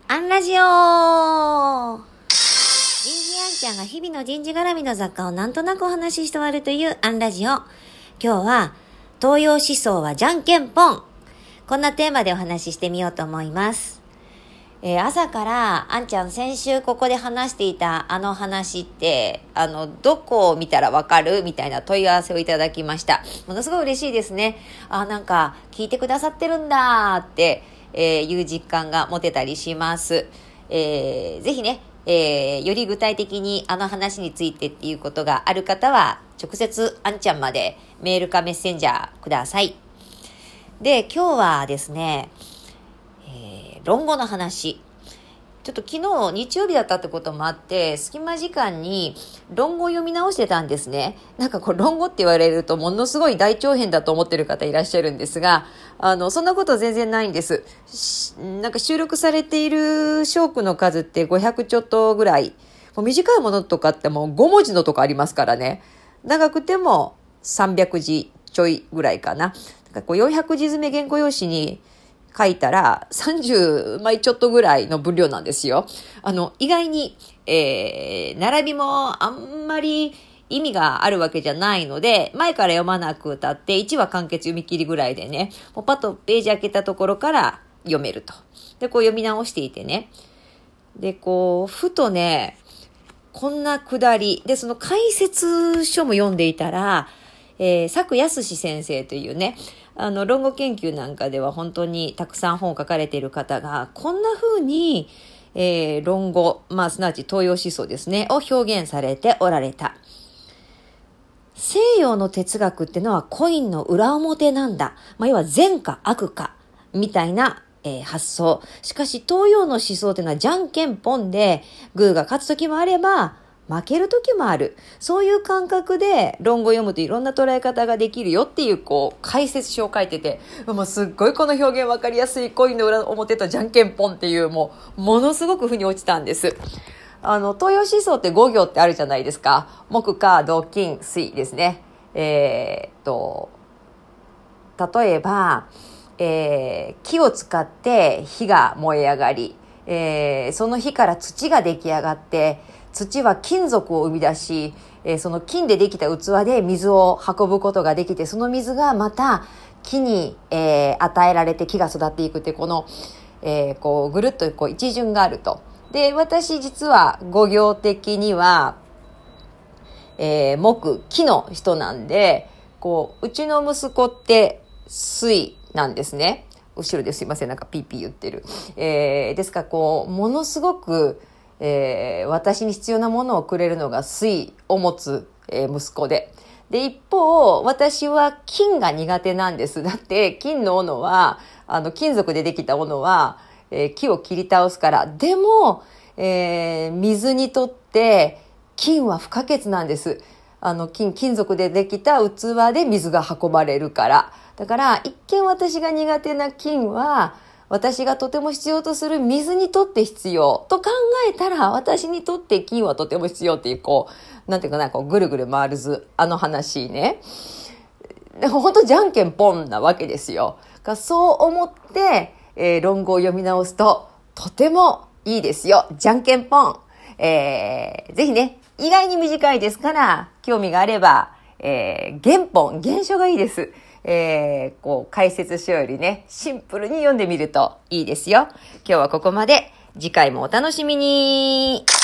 アンラジオ。人事アンちゃんが日々の人事絡みの雑貨をなんとなくお話しして終わるというアンラジオ。今日は東洋思想はじゃんけんぽん。こんなテーマでお話ししてみようと思います。朝からあんちゃん先週ここで話していたあの話ってどこを見たらわかるみたいな問い合わせをいただきました。ものすごい嬉しいですね。なんか聞いてくださってるんだっていう実感が持てたりします。ぜひね、より具体的にあの話についてっていうことがある方は直接あんちゃんまでメールかメッセンジャーください。で、今日はですね、論語の話。ちょっと昨日日曜日だったってこともあって隙間時間に論語を読み直してたんですね。なんか論語って言われるとものすごい大長編だと思ってる方いらっしゃるんですが、そんなこと全然ないんです。なんか収録されている章句の数って500ちょっとぐらい。もう短いものとかってもう5文字のとかありますからね。長くても300字ちょいぐらいかな。なんか400字詰め原稿用紙に書いたら30枚ちょっとぐらいの分量なんですよ。意外に、並びもあんまり意味があるわけじゃないので、前から読まなくたって1話完結読み切りぐらいでね、もうパッとページ開けたところから読めると。で、読み直していてね。で、ふとね、こんなくだり。で、その解説書も読んでいたら、佐久康先生というね、論語研究なんかでは本当にたくさん本を書かれている方が、こんな風に、論語、すなわち東洋思想ですね、を表現されておられた。西洋の哲学ってのはコインの裏表なんだ。要は善か悪か、みたいな、発想。しかし東洋の思想っていうのはじゃんけんぽんで、グーが勝つ時もあれば、負ける時もある。そういう感覚で論語を読むといろんな捉え方ができるよっていう解説書を書いてて、もうすっごいこの表現わかりやすい、コインの裏表とじゃんけんぽんっていうものすごく腑に落ちたんです。東洋思想って5行ってあるじゃないですか。木火土金水ですね。例えば、木を使って火が燃え上がり、その火から土が出来上がって、土は金属を生み出し、その金でできた器で水を運ぶことができて、その水がまた木に、与えられて木が育っていくってぐるっと一巡があると。で、私実は五行的には、木、木の人なんで、うちの息子って水なんですね。後ろですいません、なんかピーピー言ってる。ですからものすごく、私に必要なものをくれるのが水を持つ、息子で。で、一方、私は金が苦手なんです。だって、金の斧は、金属でできた斧は、木を切り倒すから。でも、水にとって、金は不可欠なんです。金属でできた器で水が運ばれるから。だから、一見私が苦手な金は、私がとても必要とする水にとって必要と考えたら、私にとって金はとても必要っていう、なんていうかな、ぐるぐる回る図、話ね。本当じゃんけんぽんなわけですよ。そう思って、論語を読み直すと、とてもいいですよ。じゃんけんぽん。ぜひね、意外に短いですから、興味があれば、原書がいいです。解説書よりね、シンプルに読んでみるといいですよ。今日はここまで。次回もお楽しみに。